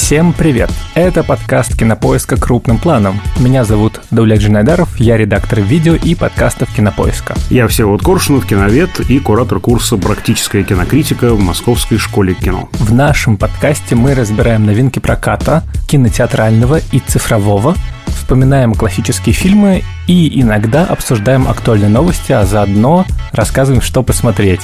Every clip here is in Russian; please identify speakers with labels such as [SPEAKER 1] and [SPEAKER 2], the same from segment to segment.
[SPEAKER 1] Всем привет! Это подкаст «Кинопоиска. Крупным планом». Меня зовут Даулет Джинайдаров, я редактор видео и подкастов «Кинопоиска».
[SPEAKER 2] Я Всеволод Коршунов, киновед и куратор курса «Практическая кинокритика» в Московской школе кино.
[SPEAKER 1] В нашем подкасте мы разбираем новинки проката, кинотеатрального и цифрового, вспоминаем классические фильмы и иногда обсуждаем актуальные новости, а заодно рассказываем, что посмотреть.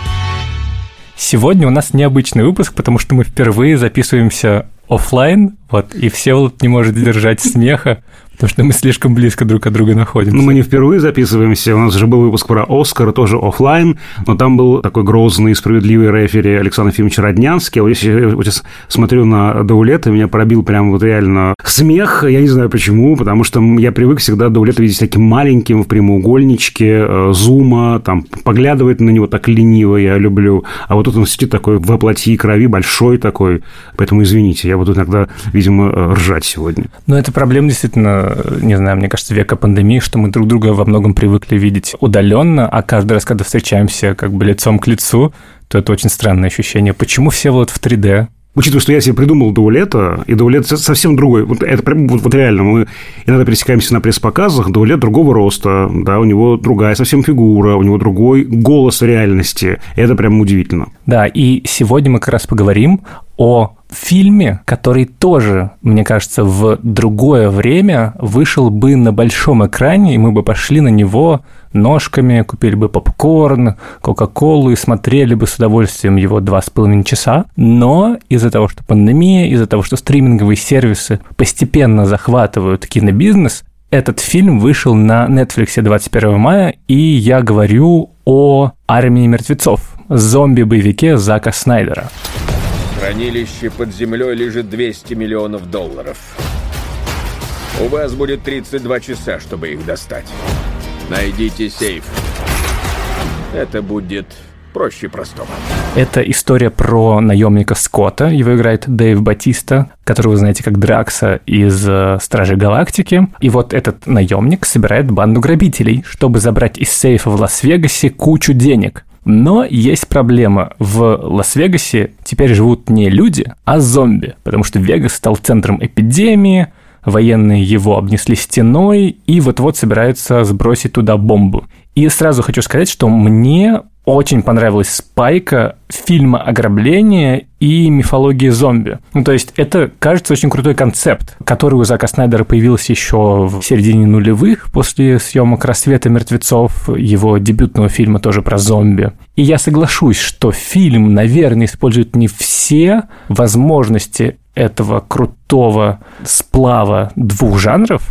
[SPEAKER 1] Сегодня у нас необычный выпуск, потому что мы впервые записываемся офлайн, и Всеволод не может сдержать смеха, потому что мы слишком близко друг от друга находимся.
[SPEAKER 2] Мы не впервые записываемся, у нас же был выпуск про «Оскар», тоже офлайн, но там был такой грозный и справедливый рефери Александр Ефимович Роднянский. А вот если я сейчас смотрю на Даулета, меня пробил прям реально смех, я не знаю почему, потому что я привык всегда Даулета видеть таким маленьким в прямоугольничке, зума, там, поглядывает на него так лениво, я люблю, а вот тут он сидит такой во плоти и крови, большой такой, поэтому извините, я буду иногда, видимо, ржать сегодня.
[SPEAKER 1] Но это проблема действительно, не знаю, мне кажется, века пандемии, что мы друг друга во многом привыкли видеть удаленно, а каждый раз, когда встречаемся как бы лицом к лицу, то это очень странное ощущение. Почему Всеволод в 3D?
[SPEAKER 2] Учитывая, что я себе придумал Даулета, и Даулет совсем другой. Это реально, мы иногда пересекаемся на пресс-показах, Даулет другого роста, да, у него другая совсем фигура, у него другой голос реальности. Это прям удивительно.
[SPEAKER 1] Да, и сегодня мы как раз поговорим о фильме, который тоже, мне кажется, в другое время вышел бы на большом экране, и мы бы пошли на него ножками, купили бы попкорн, кока-колу и смотрели бы с удовольствием его 2,5 часа. Но из-за того, что пандемия, из-за того, что стриминговые сервисы постепенно захватывают кинобизнес, этот фильм вышел на Netflix 21 мая, и я говорю о «Армии мертвецов», зомби-боевике Зака Снайдера.
[SPEAKER 3] В хранилище под землей лежит $200 миллионов. У вас будет 32 часа, чтобы их достать. Найдите сейф. Это будет проще простого.
[SPEAKER 1] Это история про наемника Скотта. Его играет Дэйв Батиста, которого вы знаете как Дракса из «Стражей Галактики». И вот этот наемник собирает банду грабителей, чтобы забрать из сейфа в Лас-Вегасе кучу денег. Но есть проблема. В Лас-Вегасе теперь живут не люди, а зомби, потому что Вегас стал центром эпидемии, военные его обнесли стеной и вот-вот собираются сбросить туда бомбу. И сразу хочу сказать, что мне очень понравилась спайка фильма «Ограбление» и мифологии зомби. То есть это, кажется, очень крутой концепт, который у Зака Снайдера появился еще в середине нулевых, после съемок «Рассвета мертвецов», его дебютного фильма тоже про зомби. И я соглашусь, что фильм, наверное, использует не все возможности этого крутого сплава двух жанров,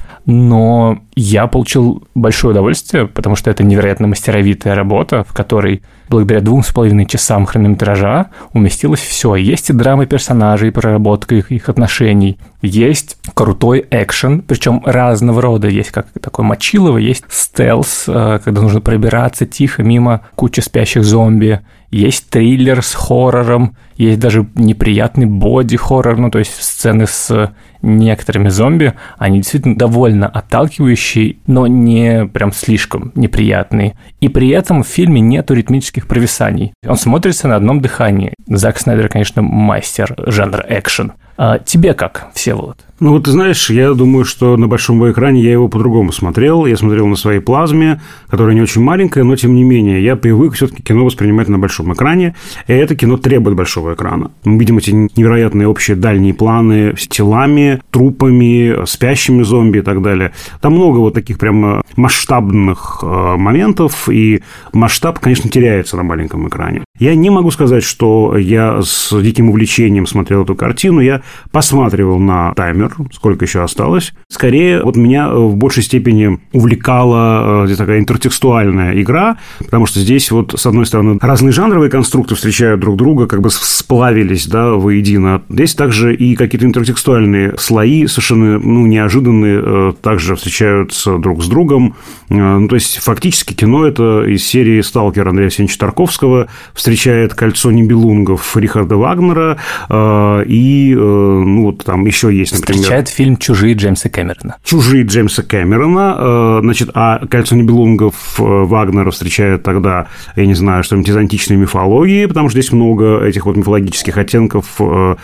[SPEAKER 1] но я получил большое удовольствие, потому что это невероятно мастеровитая работа, в которой благодаря 2,5 часам хронометража уместилось все. Есть и драма персонажей, и проработка их отношений, есть крутой экшен, причем разного рода. Есть как такой мочилово, есть стелс, когда нужно пробираться тихо мимо кучи спящих зомби, есть триллер с хоррором, есть даже неприятный боди-хоррор, то есть сцены с некоторыми зомби, они действительно довольно отталкивающие, но не прям слишком неприятные. И при этом в фильме нету ритмических провисаний. Он смотрится на одном дыхании. Зак Снайдер, конечно, мастер жанра экшен. А тебе как, Всеволод?
[SPEAKER 2] Ты знаешь, я думаю, что на большом экране я его по-другому смотрел. Я смотрел на своей плазме, которая не очень маленькая, но тем не менее я привык все-таки кино воспринимать на большом экране, и это кино требует большого экрана. Мы видим эти невероятные общие дальние планы с телами, трупами, спящими зомби и так далее. Там много таких прям масштабных моментов, и масштаб, конечно, теряется на маленьком экране. Я не могу сказать, что я с диким увлечением смотрел эту картину, я посматривал на таймер, сколько еще осталось. Скорее, меня в большей степени увлекала здесь такая интертекстуальная игра, потому что здесь с одной стороны, разные жанровые конструкты встречают друг друга, как бы сплавились, воедино. Здесь также и какие-то интертекстуальные слои совершенно неожиданные также встречаются друг с другом. То есть, фактически кино это из серии «Сталкер» Андрея Арсеньевича Тарковского встречает «Кольцо Нибелунгов» Рихарда Вагнера, и там еще есть, например...
[SPEAKER 1] Встречает фильм «Чужие» Джеймса Кэмерона.
[SPEAKER 2] «Чужие» Джеймса Кэмерона, значит, а «Кольцо Нибелунгов» Вагнера встречает тогда, я не знаю, что-нибудь из античной мифологии, потому что здесь много этих вот мифологических оттенков,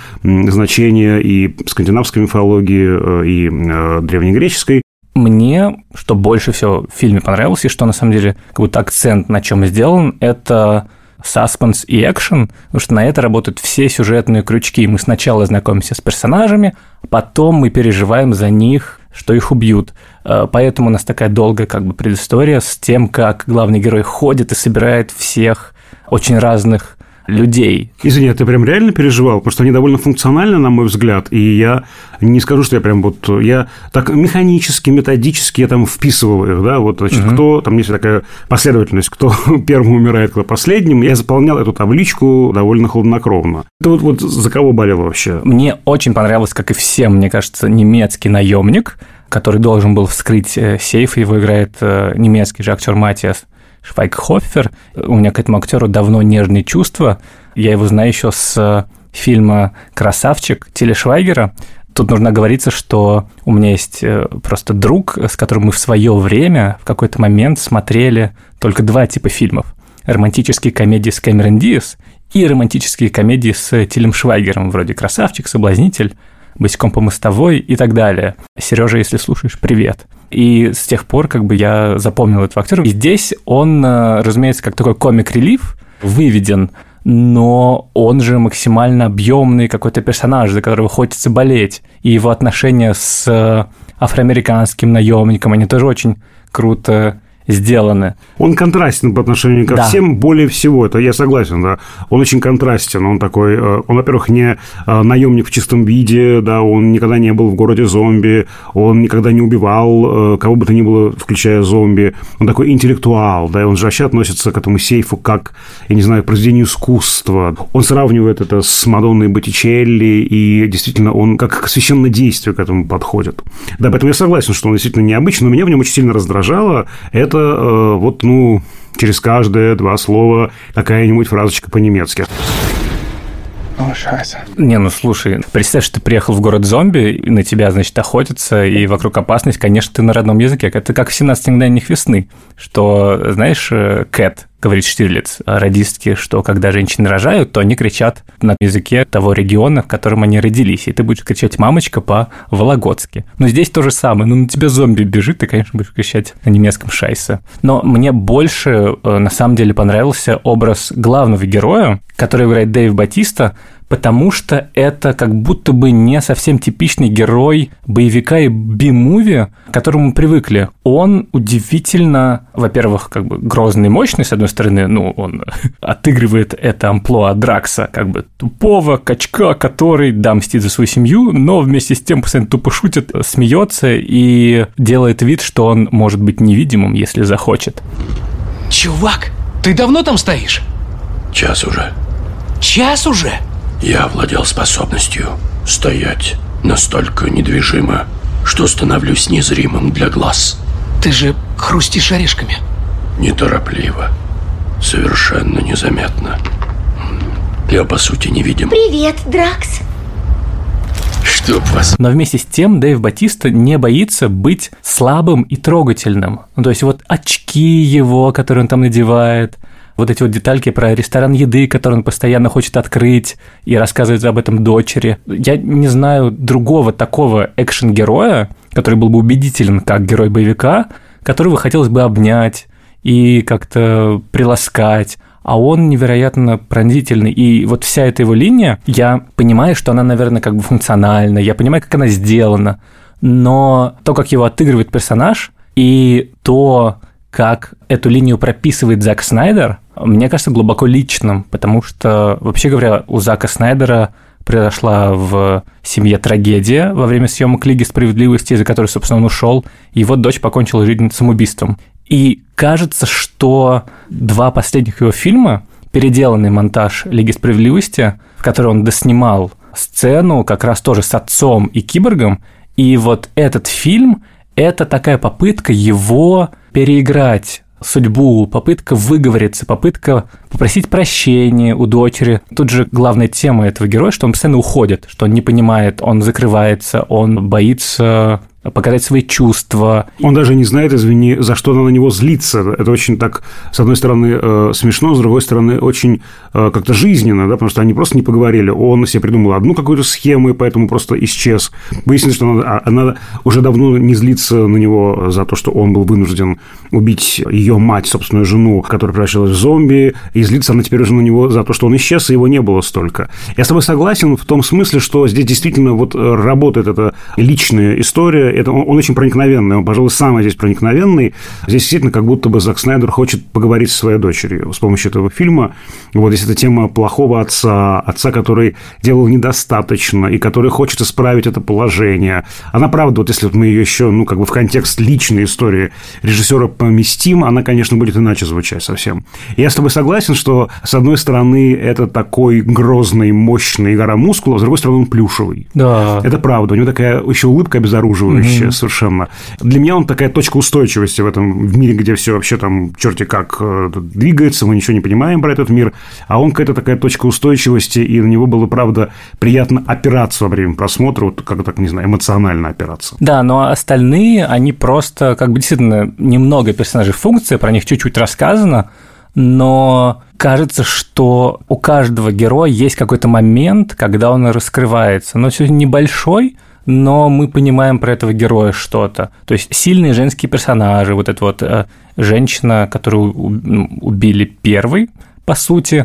[SPEAKER 2] значения и скандинавской мифологии, и древнегреческой.
[SPEAKER 1] Мне, что больше всего в фильме понравилось, и что на самом деле как будто акцент на чем сделан, это саспенс и экшен, потому что на это работают все сюжетные крючки. Мы сначала знакомимся с персонажами, потом мы переживаем за них, что их убьют. Поэтому у нас такая долгая как бы предыстория с тем, как главный герой ходит и собирает всех очень разных людей.
[SPEAKER 2] Извини, а ты прям реально переживал? Потому что они довольно функциональны, на мой взгляд, и я не скажу, что я прям вот... Я так механически, методически я там вписывал их, да, вот, значит, кто... Там есть такая последовательность, кто первым умирает, кто последним. Я заполнял эту табличку довольно хладнокровно. Это вот за кого болело вообще?
[SPEAKER 1] Мне очень понравилось, как и всем, мне кажется, немецкий наемник, который должен был вскрыть сейф, его играет немецкий же актер Матиас Швайгхофер. У меня к этому актеру давно нежные чувства. Я его знаю еще с фильма «Красавчик» Тиля Швайгера. Тут нужно оговориться, что у меня есть просто друг, с которым мы в свое время в какой-то момент смотрели только два типа фильмов. Романтические комедии с Кэмерон Диаз и романтические комедии с Тилем Швайгером, вроде «Красавчик», «Соблазнитель», «Босиком по мостовой» и так далее. Сережа, если слушаешь, привет. И с тех пор как бы я запомнил этого актера. И здесь он, разумеется, как такой комик-релиф выведен, но он же максимально объемный какой-то персонаж, за которого хочется болеть. И его отношения с афроамериканским наемником, они тоже очень круто сделаны.
[SPEAKER 2] Он контрастен по отношению ко всем более всего, это я согласен, да. Он очень контрастен, он такой, он, во-первых, не наемник в чистом виде, да, он никогда не был в городе зомби, он никогда не убивал кого бы то ни было, включая зомби, он такой интеллектуал, да, и он же вообще относится к этому сейфу как, я не знаю, к произведению искусства. Он сравнивает это с Мадонной Боттичелли, и действительно он как к священнодействию к этому подходит. Да, поэтому я согласен, что он действительно необычный, но меня в нем очень сильно раздражало это вот, ну, через каждые два слова какая-нибудь фразочка по-немецки.
[SPEAKER 1] Не, ну слушай, представь, что ты приехал в город зомби, и на тебя, значит, охотятся, и вокруг опасность, конечно, ты на родном языке. Это как в 17 мгновениях весны, что, знаешь, Кэт, говорит Штирлиц, радистки, что когда женщины рожают, то они кричат на языке того региона, в котором они родились, и ты будешь кричать «мамочка» по-вологодски. Но здесь то же самое, ну на тебя зомби бежит, ты, конечно, будешь кричать на немецком «шайсе». Но мне больше, на самом деле, понравился образ главного героя, который играет Дэйв Батиста, потому что это как будто бы не совсем типичный герой боевика и би-муви, к которому мы привыкли. Он удивительно, во-первых, как бы грозный и мощный, с одной стороны, ну, он отыгрывает это амплуа Дракса, как бы тупого качка, который, да, мстит за свою семью, но вместе с тем постоянно тупо шутит, смеется и делает вид, что он может быть невидимым, если захочет.
[SPEAKER 4] Чувак, ты давно там стоишь?
[SPEAKER 5] Час уже.
[SPEAKER 4] Час уже?
[SPEAKER 5] Я овладел способностью стоять настолько недвижимо, что становлюсь незримым для глаз.
[SPEAKER 4] Ты же хрустишь орешками.
[SPEAKER 5] Неторопливо, совершенно незаметно. Я, по сути, невидим.
[SPEAKER 6] Привет, Дракс.
[SPEAKER 5] Чтоб вас...
[SPEAKER 1] Но вместе с тем Дэйв Батиста не боится быть слабым и трогательным. Ну, то есть вот очки его, которые он там надевает, вот эти вот детальки про ресторан еды, который он постоянно хочет открыть и рассказывает об этом дочери. Я не знаю другого такого экшен-героя, который был бы убедителен как герой боевика, которого хотелось бы обнять и как-то приласкать. А он невероятно пронзительный. И вот вся эта его линия, я понимаю, что она, наверное, как бы функциональна, я понимаю, как она сделана, но то, как его отыгрывает персонаж, и то, как эту линию прописывает Зак Снайдер, мне кажется, глубоко личным, потому что, вообще говоря, у Зака Снайдера произошла в семье трагедия во время съемок «Лиги справедливости», из-за которой, собственно, он ушел, и его дочь покончила жизнь самоубийством. И кажется, что два последних его фильма, переделанный монтаж «Лиги справедливости», в которой он доснимал сцену как раз тоже с отцом и киборгом, и вот этот фильм – это такая попытка его переиграть судьбу, попытка выговориться, попытка попросить прощения у дочери. Тут же главная тема этого героя, что он постоянно уходит, что он не понимает, он закрывается, он боится показать свои чувства.
[SPEAKER 2] Он даже не знает, извини, за что она на него злится. Это очень так, с одной стороны, смешно, с другой стороны, очень как-то жизненно, да, потому что они просто не поговорили. Он себе придумал одну какую-то схему, и поэтому просто исчез. Выяснилось, что она уже давно не злится на него за то, что он был вынужден убить ее мать, собственную жену, которая превращалась в зомби, и злится она теперь уже на него за то, что он исчез, и его не было столько. Я с тобой согласен в том смысле, что здесь действительно вот работает эта личная история. Это он очень проникновенный, он, пожалуй, самый здесь проникновенный. Здесь действительно как будто бы Зак Снайдер хочет поговорить со своей дочерью с помощью этого фильма. Вот здесь эта тема плохого отца, который делал недостаточно и который хочет исправить это положение. Она, правда, вот если вот мы ее еще, ну, как бы в контекст личной истории режиссера поместим, она, конечно, будет иначе звучать совсем. И я с тобой согласен, что, с одной стороны, это такой грозный, мощный гора мускулов, с другой стороны, он плюшевый. Да. Это правда. У него такая еще улыбка обезоруживающая совершенно. Для меня он такая точка устойчивости в этом в мире, где все вообще там черти как двигается, мы ничего не понимаем про этот мир, а он какая-то такая точка устойчивости, и на него было, правда, приятно опираться во время просмотра, вот как так, не знаю, эмоционально опираться.
[SPEAKER 1] Да, но остальные, они просто, как бы, действительно, немного персонажей функции, про них чуть-чуть рассказано, но кажется, что у каждого героя есть какой-то момент, когда он раскрывается, но все небольшой, но мы понимаем про этого героя что-то. То есть сильные женские персонажи, вот эта вот женщина, которую убили первой, по сути,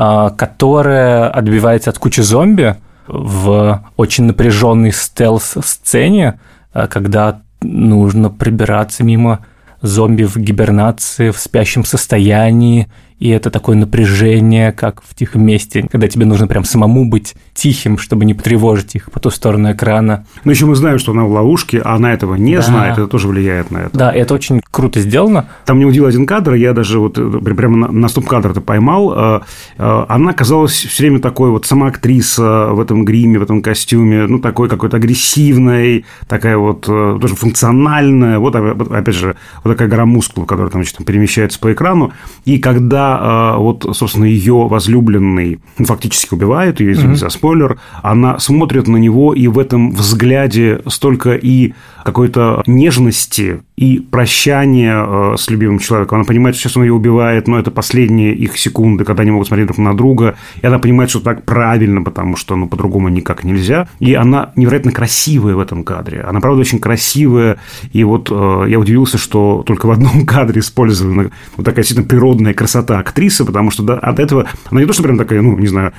[SPEAKER 1] которая отбивается от кучи зомби в очень напряженной стелс-сцене, когда нужно пробираться мимо зомби в гибернации, в спящем состоянии, и это такое напряжение, как в «Тихом месте», когда тебе нужно прям самому быть тихим, чтобы не потревожить их по ту сторону экрана.
[SPEAKER 2] Но еще мы знаем, что она в ловушке, а она этого не знает, это тоже влияет на это.
[SPEAKER 1] Да, это очень круто сделано.
[SPEAKER 2] Там мне удивил один кадр, я даже вот прямо на стоп-кадр это поймал. Она казалась все время такой вот сама актриса в этом гриме, в этом костюме, ну, такой какой-то агрессивной, такая вот тоже функциональная, вот опять же, вот такая гора мускулов, которая там, значит, перемещается по экрану, и когда вот, собственно, ее возлюбленный фактически убивает, ее, извините за спойлер, она смотрит на него, и в этом взгляде столько и какой-то нежности, и прощания с любимым человеком. Она понимает, что сейчас он ее убивает, но это последние их секунды, когда они могут смотреть друг на друга, и она понимает, что так правильно, потому что, ну, по-другому никак нельзя, и она невероятно красивая в этом кадре. Она, правда, очень красивая, и вот я удивился, что только в одном кадре использована вот такая действительно природная красота актрисы, потому что от этого она не то, что прям такая, ну, не знаю,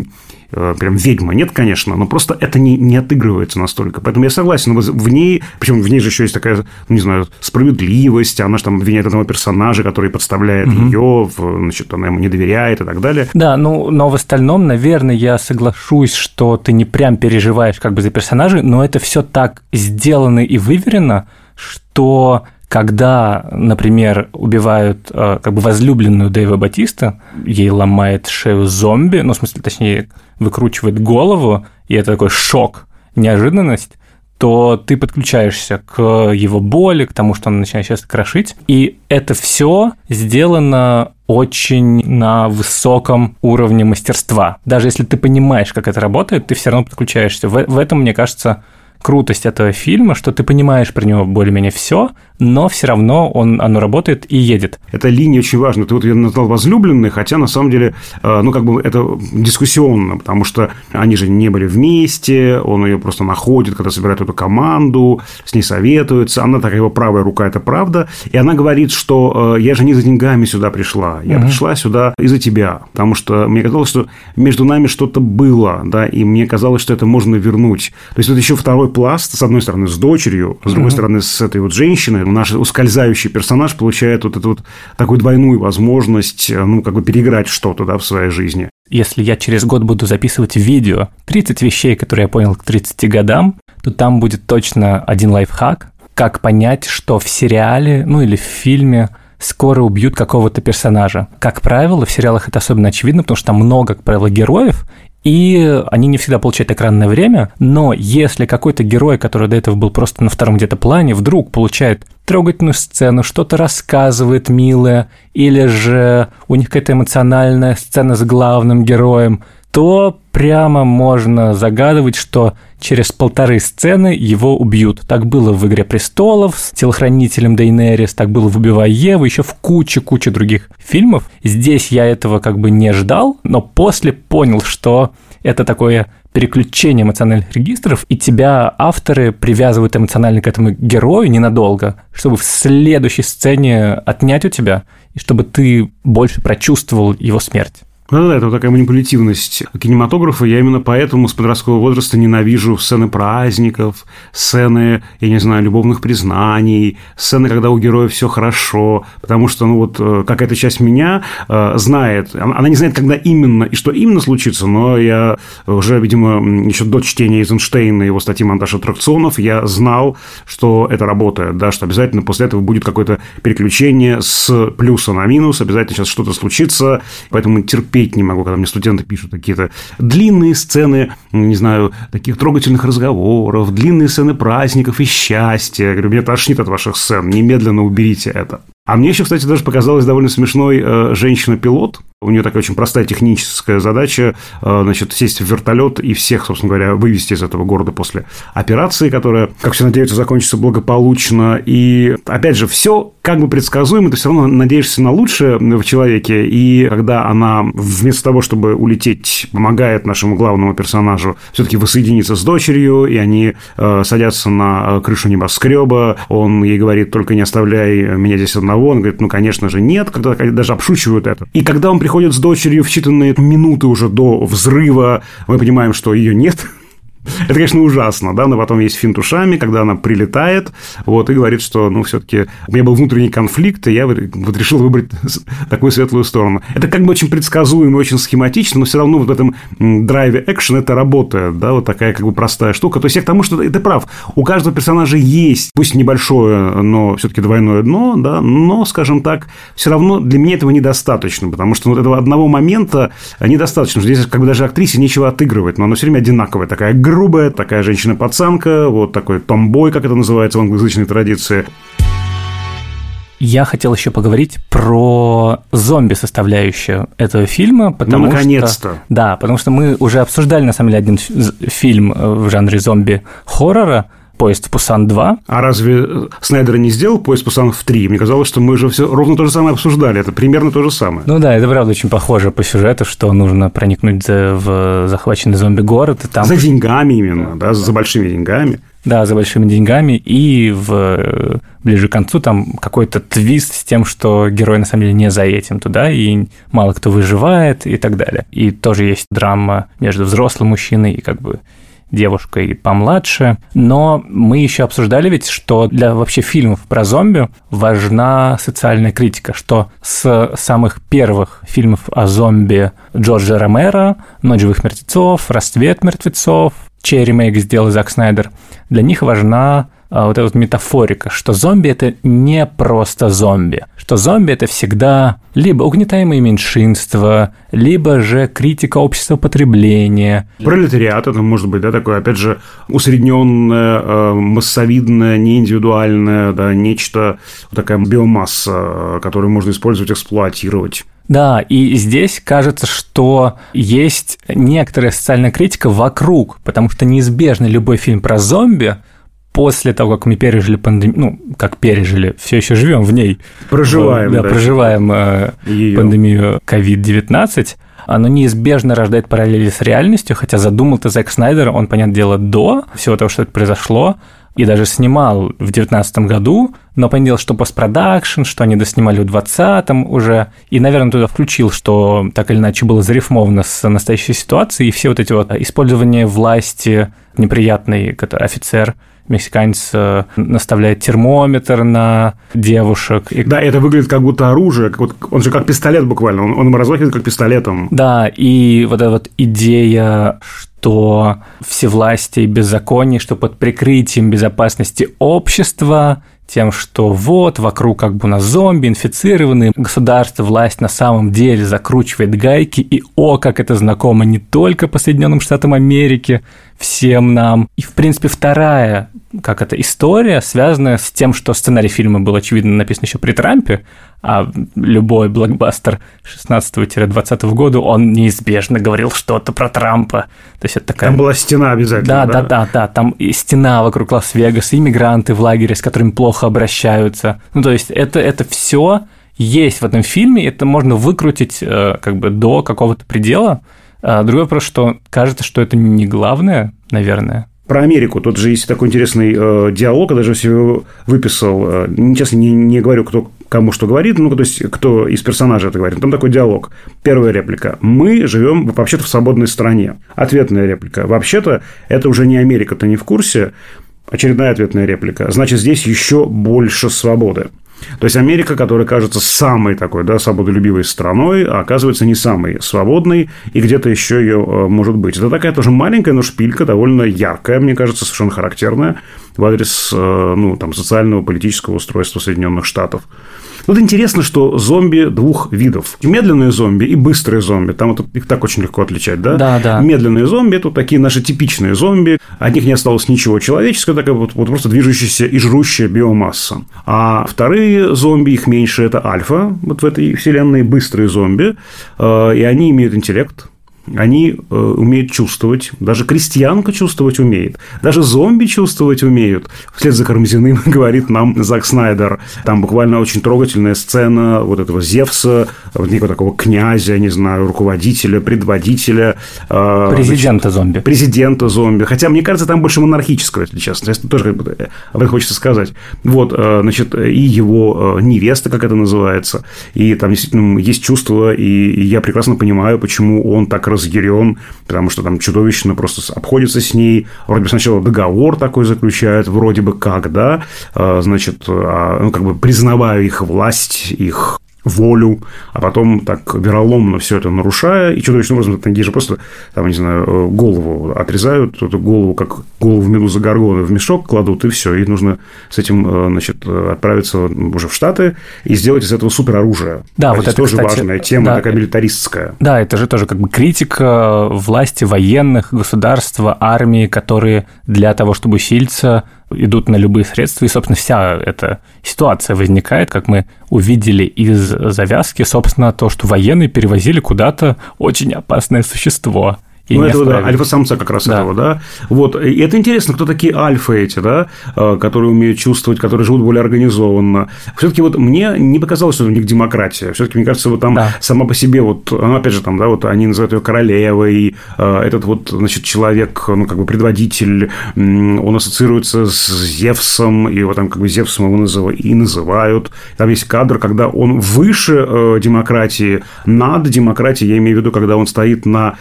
[SPEAKER 2] прям ведьма, нет, конечно, но просто это не отыгрывается настолько. Поэтому я согласен, в ней, причем в ней же еще есть такая, не знаю, справедливость, она же там обвиняет одного персонажа, который подставляет ее, значит, она ему не доверяет и так далее.
[SPEAKER 1] Да, ну, но в остальном, наверное, я соглашусь, что ты не прям переживаешь как бы за персонажей, но это все так сделано и выверено, что когда, например, убивают как бы возлюбленную Дэйва Батиста, ей ломает шею зомби, ну, в смысле, точнее, выкручивает голову, и это такой шок, неожиданность, то ты подключаешься к его боли, к тому, что он начинает сейчас крошить, и это все сделано очень на высоком уровне мастерства. Даже если ты понимаешь, как это работает, ты все равно подключаешься. В этом, мне кажется, крутость этого фильма, что ты понимаешь про него более-менее все, но все равно оно работает и едет.
[SPEAKER 2] Эта линия очень важна. Ты вот ее назвал возлюбленной, хотя на самом деле, ну, как бы это дискуссионно, потому что они же не были вместе, он ее просто находит, когда собирает эту команду, с ней советуется, она такая его правая рука, это правда, и она говорит, что я же не за деньгами сюда пришла, я пришла сюда из-за тебя, потому что мне казалось, что между нами что-то было, да, и мне казалось, что это можно вернуть. То есть, вот еще второй пласт, с одной стороны, с дочерью, с другой стороны, с этой вот женщиной. Наш ускользающий персонаж получает вот эту вот такую двойную возможность, ну, как бы переиграть что-то, да, в своей жизни.
[SPEAKER 1] Если я через год буду записывать видео 30 вещей, которые я понял к 30 годам, то там будет точно один лайфхак, как понять, что в сериале, ну, или в фильме скоро убьют какого-то персонажа. Как правило, в сериалах это особенно очевидно, потому что там много, как правило, героев, и они не всегда получают экранное время, но если какой-то герой, который до этого был просто на втором где-то плане, вдруг получает трогательную сцену, что-то рассказывает милое, или же у них какая-то эмоциональная сцена с главным героем, то прямо можно загадывать, что через 1,5 сцены его убьют. Так было в «Игре престолов» с телохранителем Дейенерис, так было в «Убивая Еву», еще в куче других фильмов. Здесь я этого как бы не ждал, но после понял, что это такое переключение эмоциональных регистров, и тебя авторы привязывают эмоционально к этому герою ненадолго, чтобы в следующей сцене отнять у тебя, и чтобы ты больше прочувствовал его смерть.
[SPEAKER 2] Да, это вот такая манипулятивность кинематографа. Я именно поэтому с подросткового возраста ненавижу сцены праздников, сцены, я не знаю, любовных признаний, сцены, когда у героя все хорошо, потому что, ну вот, какая-то часть меня знает, она не знает, когда именно и что именно случится, но я уже, видимо, еще до чтения Эйзенштейна и его статьи «Монтаж аттракционов» я знал, что это работает, да, что обязательно после этого будет какое-то переключение с плюса на минус, обязательно сейчас что-то случится, поэтому терпеть не могу, когда мне студенты пишут какие-то длинные сцены, не знаю, таких трогательных разговоров, длинные сцены праздников и счастья. Я говорю, меня тошнит от ваших сцен, немедленно уберите это. А мне еще, кстати, даже показалась довольно смешной женщина-пилот. У нее такая очень простая техническая задача, значит, сесть в вертолет и всех, собственно говоря, вывести из этого города после операции, которая, как все надеются, закончится благополучно. И, опять же, все как бы предсказуемо, ты все равно надеешься на лучшее в человеке. И когда она вместо того, чтобы улететь, помогает нашему главному персонажу все-таки воссоединиться с дочерью, и они садятся на крышу небоскреба, он ей говорит, только не оставляй меня здесь одного. Он говорит, ну, конечно же, нет, когда даже обшучивают это. И когда он приходит с дочерью в считанные минуты уже до взрыва, мы понимаем, что ее нет. Это, конечно, ужасно, да, но потом есть финт ушами, когда она прилетает, вот, и говорит, что, ну, все-таки у меня был внутренний конфликт, и я вот решил выбрать такую светлую сторону. Это как бы очень предсказуемо, очень схематично, но все равно вот в этом драйве экшен это работает, да, вот такая как бы простая штука. То есть я к тому, что ты прав, у каждого персонажа есть, пусть небольшое, но все-таки двойное дно, да, но, скажем так, все равно для меня этого недостаточно, потому что вот этого одного момента недостаточно, что здесь как бы даже актрисе нечего отыгрывать, но она все время одинаковая, такая грубая, такая женщина-пацанка, вот такой томбой, как это называется в англоязычной традиции.
[SPEAKER 1] Я хотел еще поговорить про зомби-составляющую этого фильма, потому
[SPEAKER 2] наконец-то.
[SPEAKER 1] Да, потому что мы уже обсуждали, на самом деле, один фильм в жанре зомби-хоррора, «Поезд в Пусан 2». А
[SPEAKER 2] разве Снайдер не сделал «Поезд в Пусан 3»? Мне казалось, что мы же все ровно то же самое обсуждали. Это примерно то же самое.
[SPEAKER 1] Ну да, это правда очень похоже по сюжету, что нужно проникнуть в захваченный зомби-город. И там...
[SPEAKER 2] За деньгами именно, да, за большими деньгами.
[SPEAKER 1] Да, за большими деньгами. И ближе к концу там какой-то твист с тем, что герой на самом деле не за этим туда, и мало кто выживает и так далее. И тоже есть драма между взрослым мужчиной и как бы девушкой помладше, но мы еще обсуждали ведь, что для вообще фильмов про зомби важна социальная критика, что с самых первых фильмов о зомби Джорджа Ромеро, «Ночь живых мертвецов», «Рассвет мертвецов», чей ремейк сделал Зак Снайдер, для них важна вот эта вот метафорика, что зомби – это не просто зомби, что зомби – это всегда либо угнетаемые меньшинства, либо же критика общества потребления.
[SPEAKER 2] Пролетариат – это может быть, да, такое, опять же, усредненное, массовидное, неиндивидуальное, да, нечто, такая биомасса, которую можно использовать, эксплуатировать.
[SPEAKER 1] Да, и здесь кажется, что есть некоторая социальная критика вокруг, потому что неизбежно любой фильм про зомби после того, как мы пережили пандемию, ну, как пережили, все еще живем в ней.
[SPEAKER 2] Проживаем.
[SPEAKER 1] Да, проживаем пандемию COVID-19, оно неизбежно рождает параллели с реальностью, хотя задумал-то Зак Снайдер, он, понятное дело, до всего того, что это произошло, и даже снимал в 2019 году, но понял, что постпродакшн, что они доснимали в 2020 уже, и, наверное, туда включил, что так или иначе было зарифмовано с настоящей ситуацией, и все вот эти вот использование власти неприятный, который офицер, мексиканец наставляет термометр на девушек.
[SPEAKER 2] Да, это выглядит как будто оружие, он же как пистолет буквально, он ему размахивает как пистолетом.
[SPEAKER 1] Да, и вот эта вот идея, что всевластие и беззаконие, что под прикрытием безопасности общества тем, что вот, вокруг как бы у нас зомби, инфицированные, государство, власть на самом деле закручивает гайки, и как это знакомо не только по Соединенным Штатам Америки, всем нам. И, в принципе, вторая, история, связанная с тем, что сценарий фильма был, очевидно, написан еще при Трампе, а любой блокбастер 16-20 года, он неизбежно говорил что-то про Трампа. То есть это такая...
[SPEAKER 2] Там была стена обязательно.
[SPEAKER 1] Да, там и стена вокруг Лас-Вегаса, иммигранты в лагере, с которыми плохо обращаются. Ну, то есть это все есть в этом фильме, это можно выкрутить до какого-то предела. Другой вопрос, что кажется, что это не главное, наверное.
[SPEAKER 2] Про Америку. Тут же есть такой интересный диалог, я даже его выписал. Сейчас не говорю, кто кому что говорит, то есть кто из персонажей это говорит. Там такой диалог. Первая реплика. Мы живем вообще-то в свободной стране. Ответная реплика. Вообще-то это уже не Америка, ты не в курсе. Очередная ответная реплика. Значит, здесь еще больше свободы. То есть Америка, которая кажется самой такой, свободолюбивой страной, а оказывается не самой свободной, и где-то еще ее может быть. Это такая тоже маленькая, но шпилька, довольно яркая, мне кажется, совершенно характерная в адрес социального, политического устройства Соединенных Штатов. Вот интересно, что зомби двух видов. Медленные зомби и быстрые зомби. Там их так очень легко отличать, да?
[SPEAKER 1] Да.
[SPEAKER 2] Медленные зомби – это такие наши типичные зомби. От них не осталось ничего человеческого, такая вот просто движущаяся и жрущая биомасса. А вторые зомби, их меньше, это альфа, вот в этой вселенной быстрые зомби. И они имеют интеллект. Они умеют чувствовать, даже крестьянка чувствовать умеет, даже зомби чувствовать умеют. Вслед за Кармазиным говорит нам Зак Снайдер. Там буквально очень трогательная сцена вот этого Зевса, некого такого князя, не знаю, руководителя, предводителя.
[SPEAKER 1] Президента зомби.
[SPEAKER 2] Президента зомби. Хотя, мне кажется, там больше монархического, если честно. Это тоже об этом хочется сказать. Вот, и его невеста, как это называется. И там действительно есть чувство, и я прекрасно понимаю, почему он так разъярен, потому что там чудовищно просто обходится с ней. Вроде бы сначала договор такой заключают, вроде бы как, да, признавая их власть, их волю, а потом так вероломно все это нарушая, и чудовищным образом такие же просто, голову отрезают, эту голову, как голову Медузы Горгоны, в мешок кладут, и все, и нужно с этим, отправиться уже в Штаты и сделать из этого супероружие.
[SPEAKER 1] Да, вот это
[SPEAKER 2] тоже,
[SPEAKER 1] кстати,
[SPEAKER 2] важная тема, такая милитаристская.
[SPEAKER 1] Да, это же тоже критика власти военных, государства, армии, которые для того, чтобы усилиться, идут на любые средства, и, собственно, вся эта ситуация возникает, как мы увидели из завязки, собственно, то, что военные перевозили куда-то очень опасное существо. Альфа-самца как раз этого, да. Вот, и это интересно, кто такие альфы эти, да, которые умеют чувствовать, которые живут более организованно. Все-таки мне не показалось, что у них демократия. Все-таки, мне кажется, сама по себе, опять же, они называют ее королевой, этот человек, предводитель, он ассоциируется с Зевсом, и его Зевсом его и называют. Там есть кадр, когда он выше демократии, над демократией, я имею в виду, когда он стоит на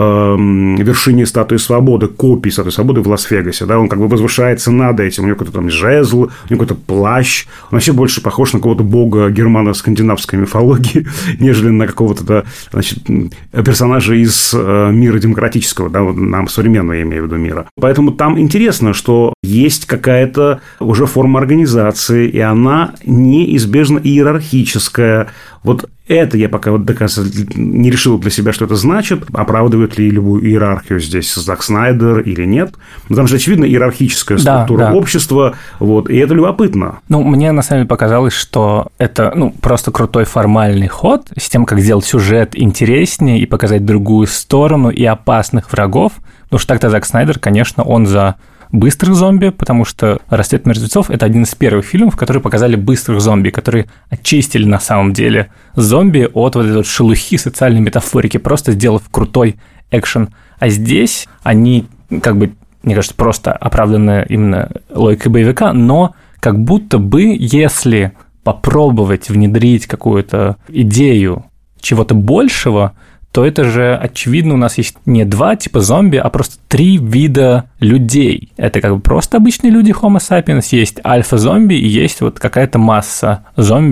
[SPEAKER 1] вершине статуи свободы, копии статуи свободы в Лас-Вегасе, да, он возвышается над этим, у него какой-то жезл, у него какой-то плащ, он вообще больше похож на какого-то бога германо-скандинавской мифологии, нежели на какого-то, персонажа из мира демократического, да, нам современного, я имею в виду, мира. Поэтому там интересно, что есть какая-то уже форма организации, и она неизбежно иерархическая. Вот это я пока не решил для себя, что это значит, оправдывает ли любую иерархию здесь Зак Снайдер или нет. Но там же, очевидно, иерархическая структура общества, и это любопытно. Мне, на самом деле, показалось, что это, просто крутой формальный ход с тем, как сделать сюжет интереснее и показать другую сторону и опасных врагов, потому что так-то Зак Снайдер, конечно, он за быстрых зомби, потому что «Рассвет мертвецов» — это один из первых фильмов, которые показали быстрых зомби, которые очистили на самом деле зомби от этой шелухи социальной метафорики, просто сделав крутой экшен. А здесь они, мне кажется, просто оправданы именно логикой боевика, но как будто бы, если попробовать внедрить какую-то идею чего-то большего, то это же, очевидно, у нас есть не два типа зомби, а просто 3 вида людей. Это просто обычные люди Homo sapiens, есть альфа-зомби и есть какая-то масса зомби,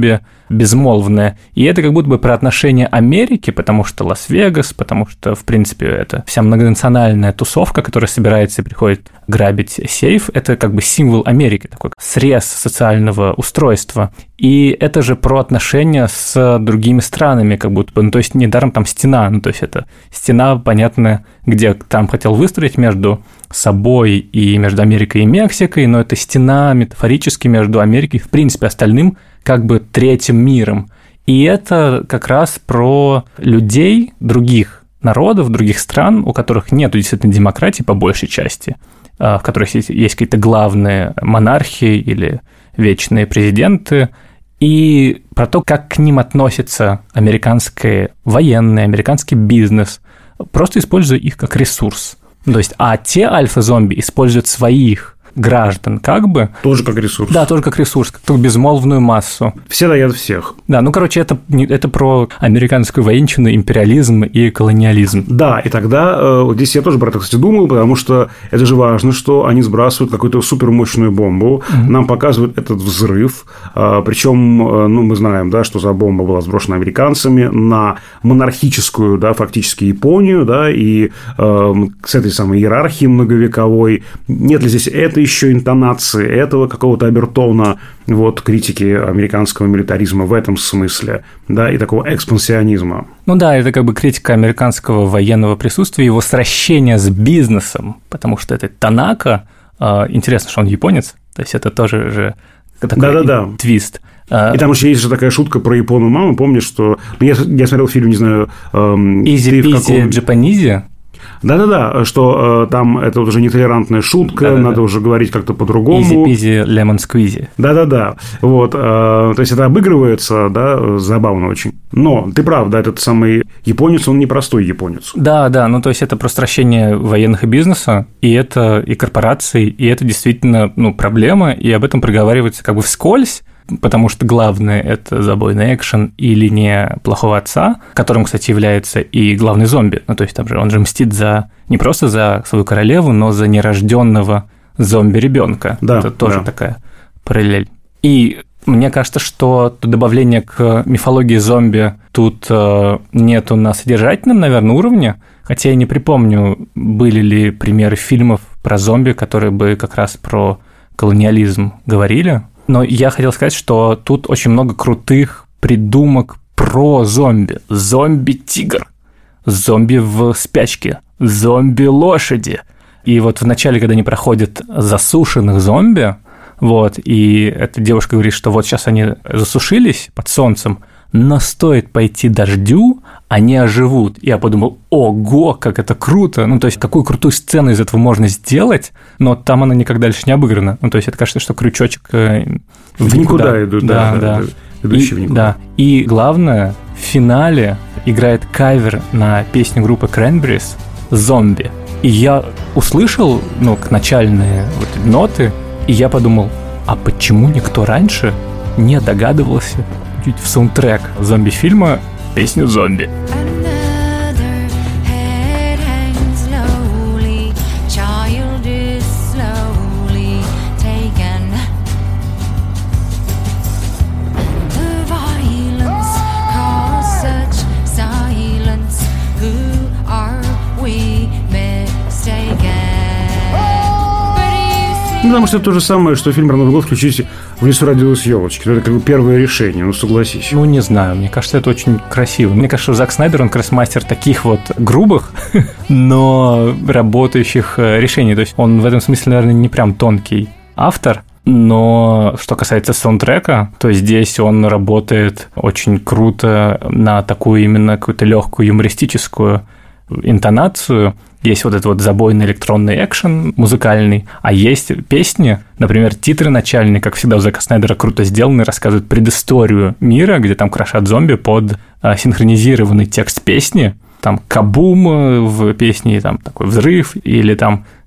[SPEAKER 1] безмолвное. И это как будто бы про отношение Америки, потому что Лас-Вегас, потому что, в принципе, это вся многонациональная тусовка, которая собирается и приходит грабить сейф, это как бы символ Америки, такой срез социального устройства. И это же про отношения с другими странами, как будто бы, ну, то есть недаром там стена, ну, то есть это стена, понятно, где Трамп хотел выстроить между собой и между Америкой и Мексикой, но это стена метафорически между Америкой и, в принципе, остальным, как бы третьим миром. И это как раз про людей других народов, других стран, у которых нет действительно демократии по большей части, в которых есть какие-то главные монархии или вечные президенты, и про то, как к ним относится американский военный, американский бизнес, просто используя их как ресурс. То есть, а те альфа-зомби используют своих граждан как бы...
[SPEAKER 2] Тоже как ресурс.
[SPEAKER 1] Да, тоже как ресурс, как такую безмолвную массу.
[SPEAKER 2] Все дают всех.
[SPEAKER 1] Да, ну, короче, это про американскую военщину, империализм и колониализм.
[SPEAKER 2] Да, и тогда здесь я тоже про это, кстати, думал, потому что это же важно, что они сбрасывают какую-то супермощную бомбу, нам показывают этот взрыв, причем, ну, мы знаем, да, что за бомба была сброшена американцами на монархическую, да, фактически Японию, да, и с этой самой иерархии многовековой. Нет ли здесь этой еще интонации, этого какого-то обертона вот, критики американского милитаризма в этом смысле, да, и такого экспансионизма.
[SPEAKER 1] Ну да, это как бы критика американского военного присутствия, его сращения с бизнесом, потому что это Танака, интересно, что он японец, то есть это тоже же такой твист.
[SPEAKER 2] И там еще есть же такая шутка про японную маму, помнишь, что... Я смотрел фильм, не знаю...
[SPEAKER 1] Изи-пизи Джапанизи.
[SPEAKER 2] Да-да-да, что там это уже нетолерантная шутка, да-да-да. Надо уже говорить как-то по-другому.
[SPEAKER 1] Изи-пизи лемон сквизи.
[SPEAKER 2] Да-да-да, вот, то есть это обыгрывается, да, забавно очень. Но ты прав, да, этот самый японец, он непростой японец.
[SPEAKER 1] Да-да, ну то есть это просто сращение военных и бизнеса, и это и корпораций, и это действительно, ну, проблема, и об этом проговаривается как бы вскользь, потому что главное – это забойный экшен и линия плохого отца, которым, кстати, является и главный зомби. Ну, то есть там же он же мстит не просто за свою королеву, но за нерожденного зомби-ребенка.
[SPEAKER 2] Да,
[SPEAKER 1] это тоже такая параллель. И мне кажется, что добавление к мифологии зомби тут нету на содержательном, наверное, уровне, хотя я не припомню, были ли примеры фильмов про зомби, которые бы как раз про колониализм говорили. Но я хотел сказать, что тут очень много крутых придумок про зомби. Зомби-тигр, зомби в спячке, зомби-лошади. И вот в начале, когда они проходят засушенных зомби, вот, и эта девушка говорит, что вот сейчас они засушились под солнцем, но стоит пойти дождю, они оживут. И я подумал, ого, как это круто. Ну, то есть, какую крутую сцену из этого можно сделать, но там она никак дальше не обыграна. Ну, то есть, это кажется, что крючочек в
[SPEAKER 2] никуда идут, да. Идущий в никуда.
[SPEAKER 1] Да. И главное, в финале играет кавер на песню группы Cranberries «Зомби». И я услышал, ну, начальные вот ноты, и я подумал, а почему никто раньше не догадывался в саундтрек зомби-фильма песню «Зомби».
[SPEAKER 2] Ну, потому что это то же самое, что фильм про Новый год включить «В лесу родилась елочка». Это как бы первое решение, ну, согласись.
[SPEAKER 1] Ну, не знаю, мне кажется, это очень красиво. Мне кажется, что Зак Снайдер, он как раз мастер таких вот грубых, но работающих решений. То есть он в этом смысле, наверное, не прям тонкий автор. Но что касается саундтрека, то здесь он работает очень круто на такую именно какую-то легкую юмористическую интонацию. Есть вот этот вот забойный электронный экшен музыкальный, а есть песни, например, титры начальные, как всегда у Зака Снайдера круто сделаны, рассказывают предысторию мира, где там крошат зомби под синхронизированный текст песни, там кабум в песне, там такой взрыв, или там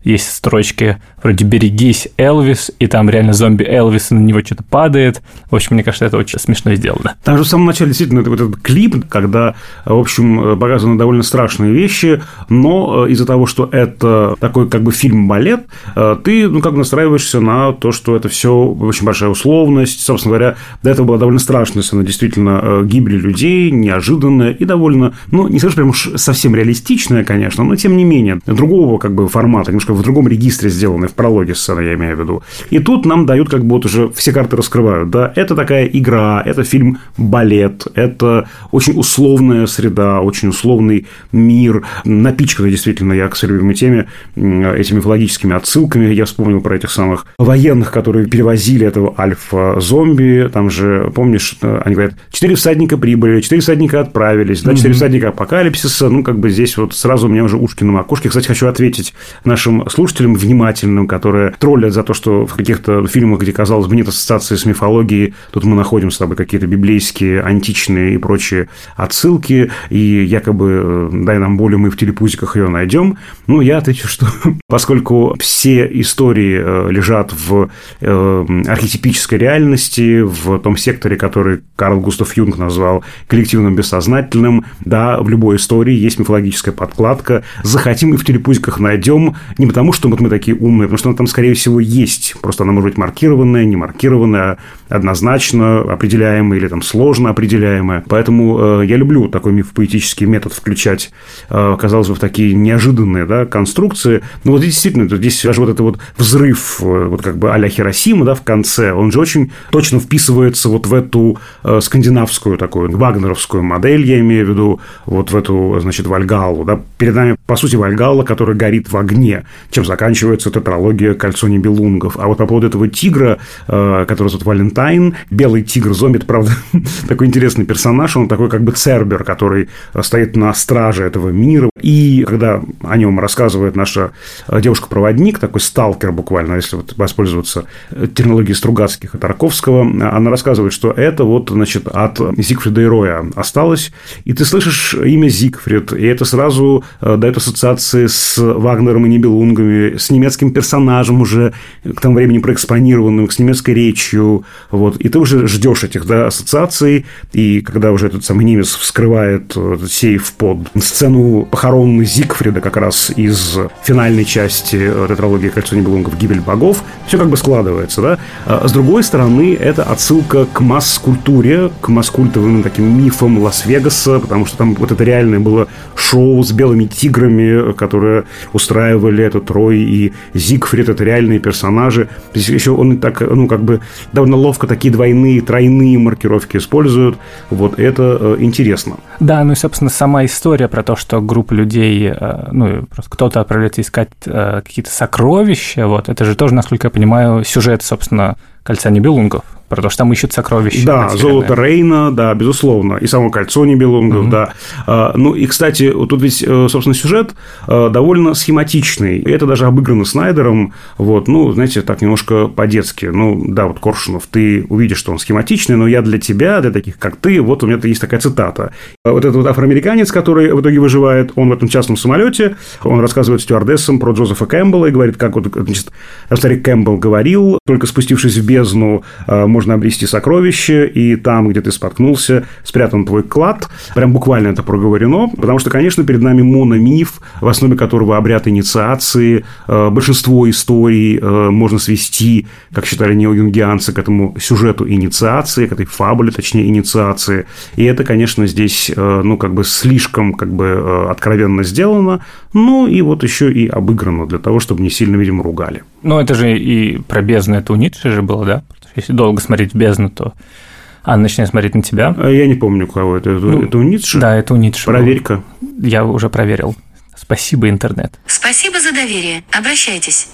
[SPEAKER 1] есть строчки вроде «берегись, Элвис», и там реально зомби Элвис, на него что-то падает. В общем, мне кажется, это очень смешно сделано.
[SPEAKER 2] Там же в самом начале действительно вот этот клип, когда, в общем, показаны довольно страшные вещи, но из-за того, что это такой как бы фильм-балет, ты, как настраиваешься на то, что это все очень большая условность. Собственно говоря, до этого была довольно страшная сцена, действительно, гибели людей, неожиданная и довольно, не скажешь прям уж совсем реалистичная, конечно, но тем не менее, другого как бы формата, немножко в другом регистре сделанной, в прологе сцены, я имею в виду. И тут нам дают как бы вот уже все карты раскрывают, да, это такая игра, это фильм-балет, это очень условная среда, очень условный мир, напичканный действительно, я к своей любимой теме, этими мифологическими отсылками. Я вспомнил про этих самых военных, которые перевозили этого альфа-зомби. Там же, помнишь, они говорят, 4 всадника прибыли, 4 всадника отправились, да, 4 всадника апокалипсиса. Как бы здесь вот сразу у меня уже ушки на макушке. Кстати, хочу ответить нашим слушателям внимательным, которые троллят за то, что в каких-то фильмах, где, казалось бы, нет ассоциации с мифологией, тут мы находим с тобой какие-то библейские, античные и прочие отсылки, и якобы дай нам волю, мы в телепузиках ее найдем. Я отвечу, что поскольку все истории лежат в архетипической реальности, в том секторе, который Карл Густав Юнг назвал коллективным бессознательным, да, в любой истории есть мифологическая подкладка. Захотим и в телепузиках найдем, не потому, что мы такие умные, потому что она там, скорее всего, есть. Просто она может быть маркированная, не маркированная, однозначно определяемая или там сложно определяемая. Поэтому я люблю такой мифопоэтический метод включать, казалось бы, в такие неожиданные, да, конструкции. Вот действительно, здесь даже вот это вот взрыв, вот как бы а-ля Хиросима, да, в конце, он же очень точно вписывается вот в эту скандинавскую такую вагнеровскую модель, я имею в виду, вот в эту, значит, Вальгаллу, да. Перед нами, по сути, Вальгалла, которая горит в огне, чем заканчивается тетралогия «Кольцо Нибелунгов». А вот по поводу этого тигра, который зовут Валентайн, белый тигр-зомби, это, правда, такой интересный персонаж, он такой как бы цербер, который стоит на страже этого мира. И когда о нем рассказывает наша девушка-проводник, такой сталкер буквально, если вот воспользоваться терминологией Стругацких и Тарковского, она рассказывает, что это вот, значит, от Зигфрида и Роя осталось, и ты слышишь имя Зигфрид, и это сразу дает ассоциации с Вагнером и Нибелунгами, с немецким персонажем уже к тому времени проэкспонированным, с немецкой речью, вот, и ты уже ждешь этих, да, ассоциаций, и когда уже этот самый немец вскрывает этот сейф под сцену похорон Зигфрида как раз из финальной части тетралогии «Кольцо Нибелунгов. Гибель богов», все как бы складывается, да. А с другой стороны, это отсылка к масс-культуре, к масс-культовым таким мифам Лас-Вегаса, потому что там вот это реальное было шоу с белыми тиграми, которые устраивали этот Рой и Зигфрид, это реальные персонажи. То есть еще он так, как бы довольно ловко такие двойные, тройные маркировки используют. Вот это интересно.
[SPEAKER 1] Да, и, собственно, сама история про то, что группа людей, просто кто-то отправляется искать какие-то сокровища, вот, это же тоже, насколько я понимаю, сюжет, собственно, «Кольца Нибелунгов». Про то, что там ищут сокровища.
[SPEAKER 2] Да, золото Рейна, да, безусловно. И само «Кольцо Нибелунгов», да. И, кстати, вот тут ведь, собственно, сюжет довольно схематичный. И это даже обыграно Снайдером. Вот, знаете, так немножко по-детски. Да, вот Коршунов, ты увидишь, что он схематичный, но я для тебя, для таких, как ты, вот у меня есть такая цитата. Вот этот вот афроамериканец, который в итоге выживает, он в этом частном самолете, он рассказывает стюардессам про Джозефа Кэмпбелла и говорит, как вот, значит, старик Кэмпбелл говорил, только спустившись в бездну, можно обрести сокровище, и там, где ты споткнулся, спрятан твой клад. Прям буквально это проговорено, потому что, конечно, перед нами мономиф, в основе которого обряд инициации. Большинство историй можно свести, как считали неоюнгианцы, к этому сюжету инициации, к этой фабуле, точнее, инициации. И это, конечно, здесь, слишком, откровенно сделано, и вот еще и обыграно для того, чтобы не сильно, видимо, ругали.
[SPEAKER 1] Это же и про бездну, это у Ницше же было, да? Если долго смотреть в бездну, то Анна начинает смотреть на тебя.
[SPEAKER 2] Я не помню, у кого это. Это у Ницше?
[SPEAKER 1] Да, это у Ницше.
[SPEAKER 2] Проверь-ка.
[SPEAKER 1] Я уже проверил. Спасибо, интернет.
[SPEAKER 6] Спасибо за доверие. Обращайтесь.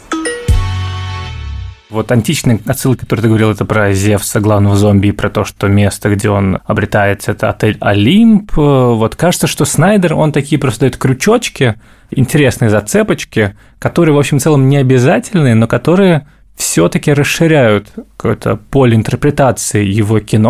[SPEAKER 1] Вот античные отсылки, которые ты говорил, это про Зевса, главного зомби, и про то, что место, где он обретается, это отель Олимп. Вот кажется, что Снайдер, он такие просто дает крючочки, интересные зацепочки, которые, в общем, в целом не обязательные, но которые все-таки расширяют какое-то поле интерпретации его кино.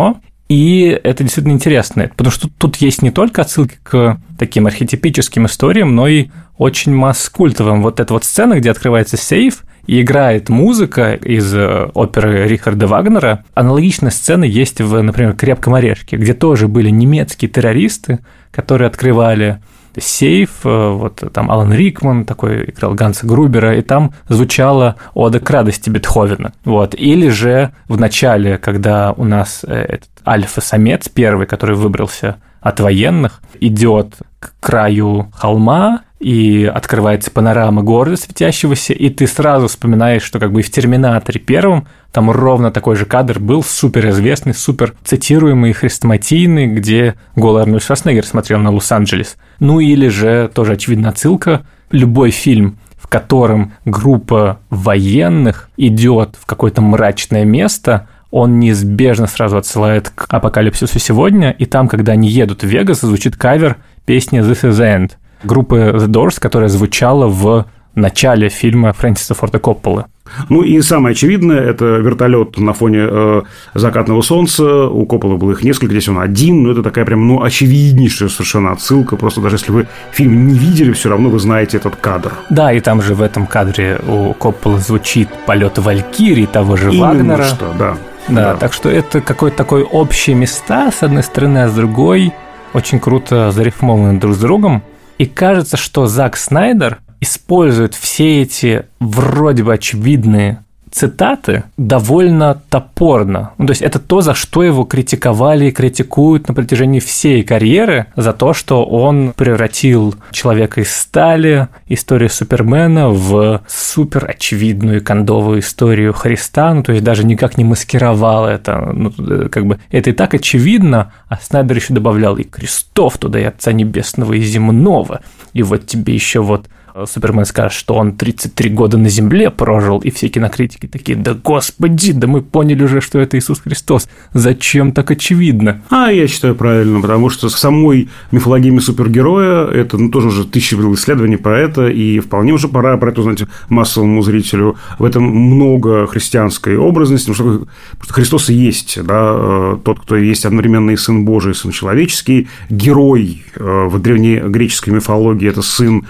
[SPEAKER 1] И это действительно интересно, потому что тут есть не только отсылки к таким архетипическим историям, но и очень масс-культовым. Вот эта вот сцена, где открывается сейф, и играет музыка из оперы Рихарда Вагнера. Аналогичная сцена есть в, например, «Крепком орешке», где тоже были немецкие террористы, которые открывали сейф, вот там Алан Рикман такой играл Ганса Грубера, и там звучала ода к радости Бетховена. Вот. Или же в начале, когда у нас этот альфа-самец первый, который выбрался от военных, идет к краю холма, и открывается панорама города светящегося, и ты сразу вспоминаешь, что как бы и в «Терминаторе» первом там ровно такой же кадр был, суперизвестный, супер цитируемый, хрестоматийный, где голый Арнольд Шварценеггер смотрел на Лос-Анджелес. Ну или же тоже очевидная отсылка, любой фильм, в котором группа военных идет в какое-то мрачное место, он неизбежно сразу отсылает к «Апокалипсису сегодня», и там, когда они едут в Вегас, звучит кавер песни «This is the End» группы The Doors, которая звучала в начале фильма Фрэнсиса Форда Копполы.
[SPEAKER 2] Ну и самое очевидное – это вертолет на фоне закатного солнца. У Копполы было их несколько, здесь он один, но это такая прям, очевиднейшая совершенно отсылка. Просто даже если вы фильм не видели, все равно вы знаете этот кадр.
[SPEAKER 1] Да, и там же в этом кадре у Копполы звучит полет Валькирии, того же
[SPEAKER 2] Именно
[SPEAKER 1] Вагнера.
[SPEAKER 2] Что, да.
[SPEAKER 1] Да, так что это какой-то такой общие места, с одной стороны, а с другой очень круто зарифмованы друг с другом. И кажется, что Зак Снайдер использует все эти вроде бы очевидные цитаты довольно топорно. То есть это то, за что его критиковали и критикуют на протяжении всей карьеры, за то, что он превратил «Человека из стали», историю Супермена в супер очевидную кондовую историю Христа, то есть даже никак не маскировал это. Как бы это и так очевидно, а Снайдер еще добавлял и крестов туда, и Отца Небесного, и земного, и вот тебе еще вот Супермен скажет, что он 33 года на земле прожил, и все кинокритики такие: да господи, да мы поняли уже, что это Иисус Христос. Зачем так очевидно?
[SPEAKER 2] Я считаю правильно, потому что в самой мифологии супергероя это тоже уже тысячи было исследований про это, и вполне уже пора про это узнать массовому зрителю. В этом много христианской образности, потому что Христос и есть, да, тот, кто есть одновременно и Сын Божий, и Сын человеческий. Герой в древнегреческой мифологии – это сын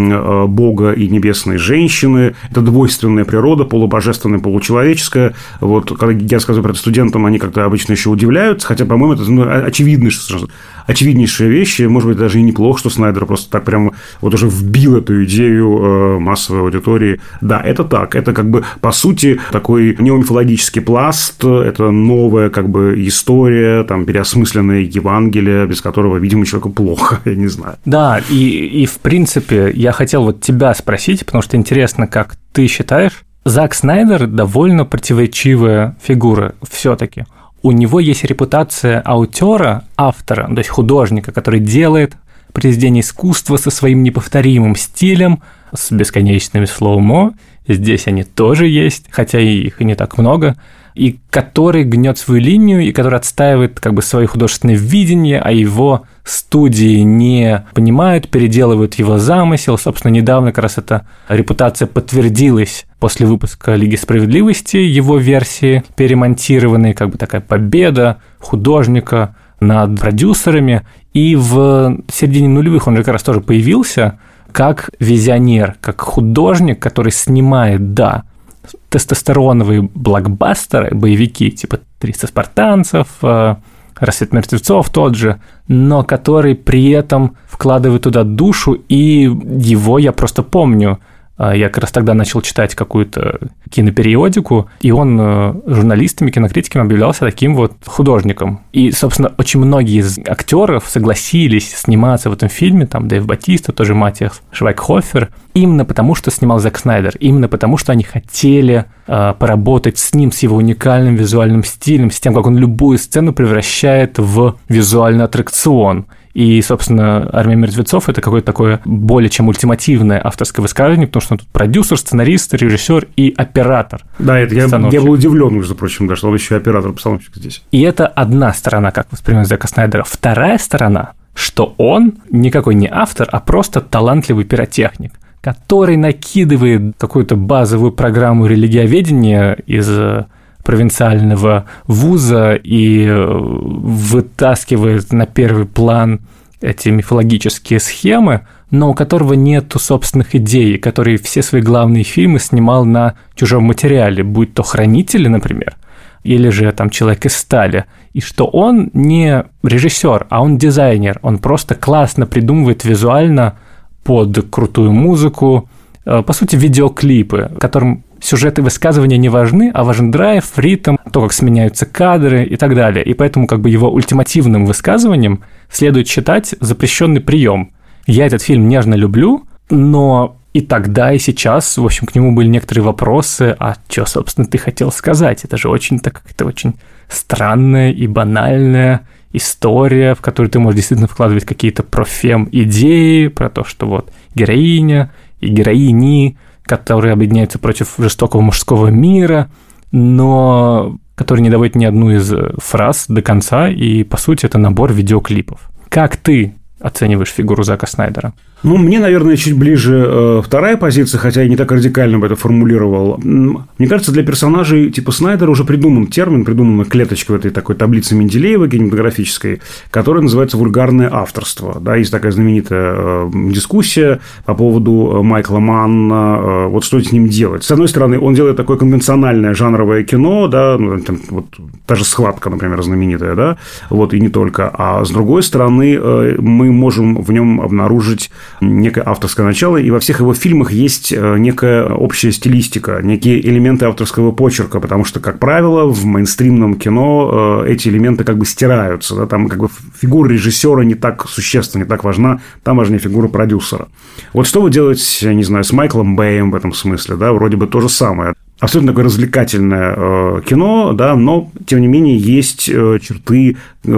[SPEAKER 2] Бога и небесной женщины. Это двойственная природа, полубожественная, получеловеческая. Вот, когда я рассказываю про это студентам, они как-то обычно еще удивляются, хотя, по-моему, это очевиднейшие вещи. Может быть, даже и неплохо, что Снайдер просто так прям вот уже вбил эту идею массовой аудитории. Да, это так. Это как бы, по сути, такой неомифологический пласт. Это новая как бы история, там, переосмысленное Евангелие, без которого, видимо, человеку плохо, я не знаю.
[SPEAKER 1] Да, и в принципе, я хотел вот тебя спросить, потому что интересно, как ты считаешь, Зак Снайдер довольно противоречивая фигура все-таки. У него есть репутация аутера, автора, то есть художника, который делает произведение искусства со своим неповторимым стилем, с бесконечными слоумо. Здесь они тоже есть, хотя их и не так много, и который гнет свою линию, и который отстаивает как бы свое художественное видение, а его студии не понимают, переделывают его замысел. Собственно, недавно как раз эта репутация подтвердилась после выпуска «Лиги справедливости», его версии перемонтированной, как бы такая победа художника над продюсерами. И в середине нулевых он же как раз тоже появился как визионер, как художник, который снимает, да, тестостероновые блокбастеры, боевики типа «300 спартанцев», «Рассвет мертвецов» тот же, но который при этом вкладывает туда душу, и его я просто помню. Я как раз тогда начал читать какую-то кинопериодику, и он журналистами, кинокритиками объявлялся таким вот художником. И, собственно, очень многие из актеров согласились сниматься в этом фильме, там Дэйв Батиста, тоже Матиас Швайгхофер, именно потому, что снимал Зак Снайдер, именно потому, что они хотели поработать с ним, с его уникальным визуальным стилем, с тем, как он любую сцену превращает в визуальный аттракцион. И, собственно, «Армия мертвецов» – это какое-то такое более чем ультимативное авторское высказывание, потому что он тут продюсер, сценарист, режиссер и оператор.
[SPEAKER 2] Да, это я был удивлен, между прочим, да, что он еще оператор-постановщик здесь.
[SPEAKER 1] И это одна сторона, как воспринимает Зака Снайдера. Вторая сторона, что он никакой не автор, а просто талантливый пиротехник, который накидывает какую-то базовую программу религиоведения из провинциального вуза и вытаскивает на первый план эти мифологические схемы, но у которого нету собственных идей, который все свои главные фильмы снимал на чужом материале, будь то «Хранители», например, или же там «Человек из стали», и что он не режиссер, а он дизайнер, он просто классно придумывает визуально под крутую музыку, по сути, видеоклипы, которым сюжеты высказывания не важны, а важен драйв, ритм, то, как сменяются кадры и так далее. И поэтому как бы его ультимативным высказыванием следует считать запрещенный прием. Я этот фильм нежно люблю, но и тогда, и сейчас, в общем, к нему были некоторые вопросы, а что, собственно, ты хотел сказать? Это же очень странная и банальная история, в которую ты можешь действительно вкладывать какие-то профем-идеи, про то, что вот героиня и героини, которые объединяются против жестокого мужского мира, но который не доводит ни одну из фраз до конца, и, по сути, это набор видеоклипов. Как ты оцениваешь фигуру Зака Снайдера?
[SPEAKER 2] Ну, мне, наверное, чуть ближе вторая позиция, хотя я не так радикально бы это формулировал. Мне кажется, для персонажей типа Снайдера уже придуман термин, придумана клеточка в этой такой таблице Менделеева кинематографической, которая называется вульгарное авторство. Да, есть такая знаменитая дискуссия по поводу Майкла Манна, вот что с ним делать. С одной стороны, он делает такое конвенциональное жанровое кино, да, ну, там, вот та же «Схватка», например, знаменитая, да, вот и не только. А с другой стороны, мы можем в нем обнаружить некое авторское начало, и во всех его фильмах есть некая общая стилистика, некие элементы авторского почерка, потому что, как правило, в мейнстримном кино эти элементы как бы стираются, да, там как бы фигура режиссера не так существенна, не так важна, там важнее фигура продюсера. Вот что вы делаете, не знаю, с Майклом Бэем в этом смысле, да, вроде бы то же самое. Абсолютно такое развлекательное кино, да, но, тем не менее, есть черты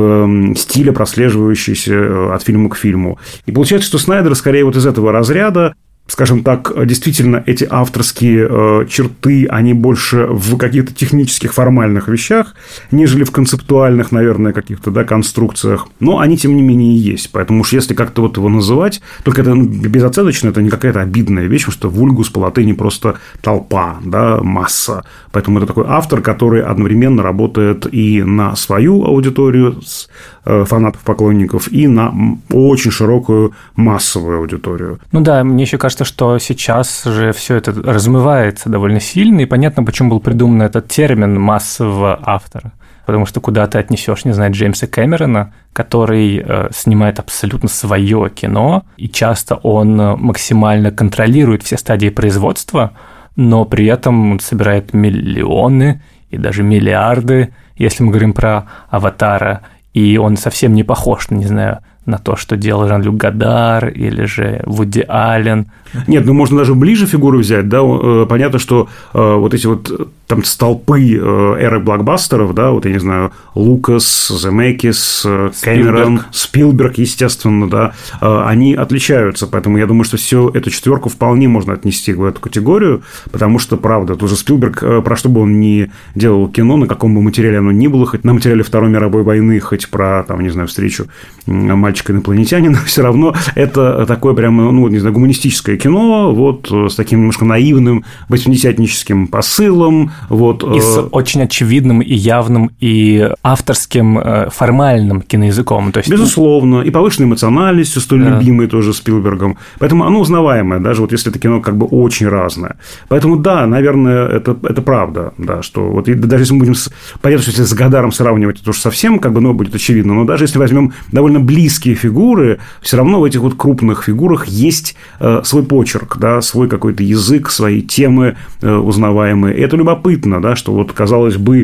[SPEAKER 2] стиля, прослеживающиеся от фильма к фильму. И получается, что Снайдер скорее вот из этого разряда. Скажем так, действительно, эти авторские черты, они больше в каких-то технических, формальных вещах, нежели в концептуальных, наверное, каких-то, да, конструкциях. Но они, тем не менее, есть. Поэтому уж если как-то вот его называть, только это безоценочно, это не какая-то обидная вещь, потому что вульгус по латыни просто толпа, да, масса. Поэтому это такой автор, который одновременно работает и на свою аудиторию, фанатов, поклонников, и на очень широкую массовую аудиторию.
[SPEAKER 1] Ну да, мне еще кажется, что сейчас же все это размывается довольно сильно, и понятно, почему был придуман этот термин массового автора. Потому что куда ты отнесешь, не знаю, Джеймса Кэмерона, который снимает абсолютно свое кино, и часто он максимально контролирует все стадии производства, но при этом он собирает миллионы и даже миллиарды, если мы говорим про «Аватара», и он совсем не похож, не знаю, на то, что делал Жан-Люк Годар или же Вуди Аллен.
[SPEAKER 2] Нет, ну можно даже ближе фигуру взять, да, понятно, что вот эти вот там столпы эры блокбастеров, да, вот я не знаю, Лукас, Земекис, Кэмерон, Спилберг, естественно, да, они отличаются, поэтому я думаю, что всю эту четверку вполне можно отнести в эту категорию, потому что, правда, тот же Спилберг, про что бы он ни делал кино, на каком бы материале оно ни было, хоть на материале Второй мировой войны, хоть про, там, не знаю, встречу мальчика-инопланетянина, все равно это такое прямо, ну, не знаю, гуманистическое кино, вот, с таким немножко наивным восьмидесятническим посылом, вот.
[SPEAKER 1] И с очень очевидным и явным и авторским формальным киноязыком. То есть...
[SPEAKER 2] Безусловно, и повышенной эмоциональностью, столь любимой тоже Спилбергом. Поэтому оно узнаваемое, даже вот если это кино как бы очень разное. Поэтому, да, наверное, это правда, да, что вот даже если мы будем, понятно, что если с Годаром сравнивать, это уж совсем как бы, ну, будет очевидно, но даже если возьмем довольно близкие фигуры, все равно в этих вот крупных фигурах есть свой почерк, да, свой какой-то язык, свои темы узнаваемые. И это любопытно, да, что вот, казалось бы,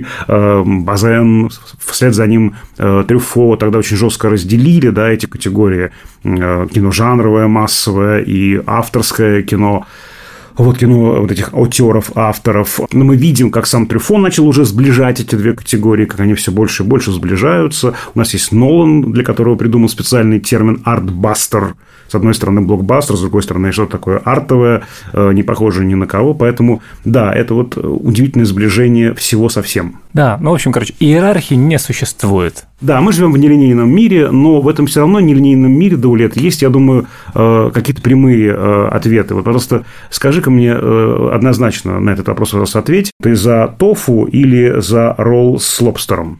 [SPEAKER 2] Базен, вслед за ним Трюффо тогда очень жестко разделили, да, эти категории: кино жанровое, массовое и авторское кино. Вот кино вот этих аутеров, авторов. Но мы видим, как сам Трюффо начал уже сближать эти две категории, как они все больше и больше сближаются. У нас есть Нолан, для которого придумал специальный термин «артбастер», с одной стороны, блокбастер, с другой стороны, что-то такое артовое, не похожее ни на кого. Поэтому, да, это вот удивительное сближение всего со всем.
[SPEAKER 1] Да, ну, в общем, короче, иерархии не существует.
[SPEAKER 2] Да, мы живем в нелинейном мире, но в этом все равно нелинейном мире, Даулет, есть, я думаю, какие-то прямые ответы. Вот, пожалуйста, скажи-ка мне однозначно на этот вопрос, пожалуйста, ответь. Ты за тофу или за ролл с лобстером?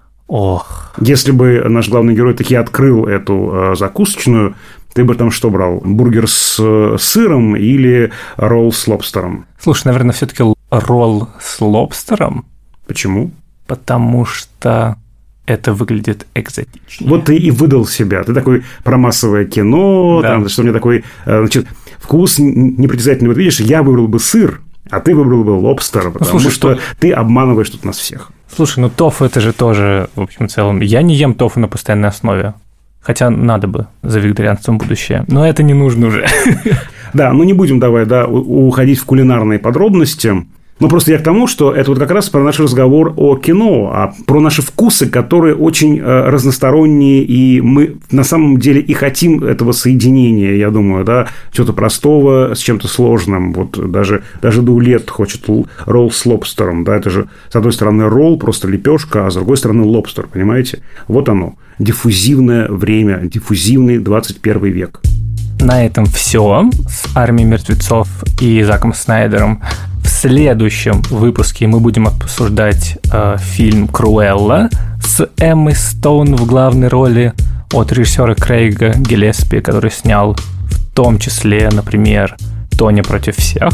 [SPEAKER 1] Ох.
[SPEAKER 2] Если бы наш главный герой таки открыл эту закусочную, ты бы там что брал? Бургер с сыром или ролл с лобстером?
[SPEAKER 1] Слушай, наверное, все-таки ролл с лобстером.
[SPEAKER 2] Почему?
[SPEAKER 1] Потому что это выглядит экзотично.
[SPEAKER 2] Вот ты и выдал себя. Ты такой про массовое кино,
[SPEAKER 1] да.
[SPEAKER 2] Там, что у меня такой, значит, вкус непритязательный. Вот видишь, я выбрал бы сыр, а ты выбрал бы лобстер, потому что ты обманываешь тут нас всех.
[SPEAKER 1] Слушай, ну тофу это же тоже, в общем, в целом... Я не ем тофу на постоянной основе. Хотя надо бы за вегетарианством будущее. Но это не нужно уже.
[SPEAKER 2] Да, ну не будем давай, уходить в кулинарные подробности. Ну, просто я к тому, что это вот как раз про наш разговор о кино, про наши вкусы, которые очень разносторонние, и мы на самом деле и хотим этого соединения, я думаю, да, чего-то простого с чем-то сложным. Вот даже Даулет хочет ролл с лобстером, да, это же, с одной стороны, ролл, просто лепешка, а с другой стороны, лобстер, понимаете? Вот оно, диффузивное время, диффузивный 21 век.
[SPEAKER 1] На этом все с «Армией мертвецов» и Заком Снайдером. В следующем выпуске мы будем обсуждать фильм «Круэлла» с Эммой Стоун в главной роли от режиссера Крейга Гиллеспи, который снял в том числе, например, «Тоня против всех»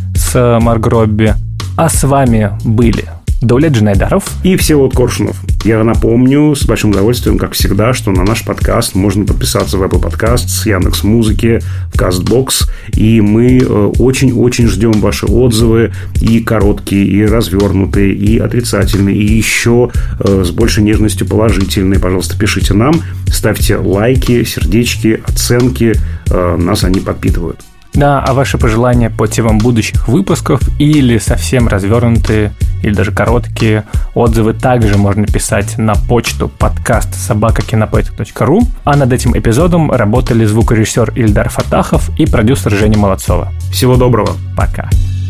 [SPEAKER 1] с Марго Робби. А с вами были Даулет Джанайдаров
[SPEAKER 2] и Всеволод Коршунов. Я напомню с большим удовольствием, как всегда, что на наш подкаст можно подписаться в Apple Podcasts, Яндекс.Музыке, в CastBox. И мы очень-очень ждем ваши отзывы, и короткие, и развернутые, и отрицательные, и еще с большей нежностью положительные. Пожалуйста, пишите нам, ставьте лайки, сердечки, оценки. Нас они подпитывают.
[SPEAKER 1] Да, а ваши пожелания по темам будущих выпусков или совсем развернутые, или даже короткие отзывы также можно писать на почту podcast@kinopoisk.ru. А над этим эпизодом работали звукорежиссер Ильдар Фатахов и продюсер Женя Молодцова.
[SPEAKER 2] Всего доброго.
[SPEAKER 1] Пока.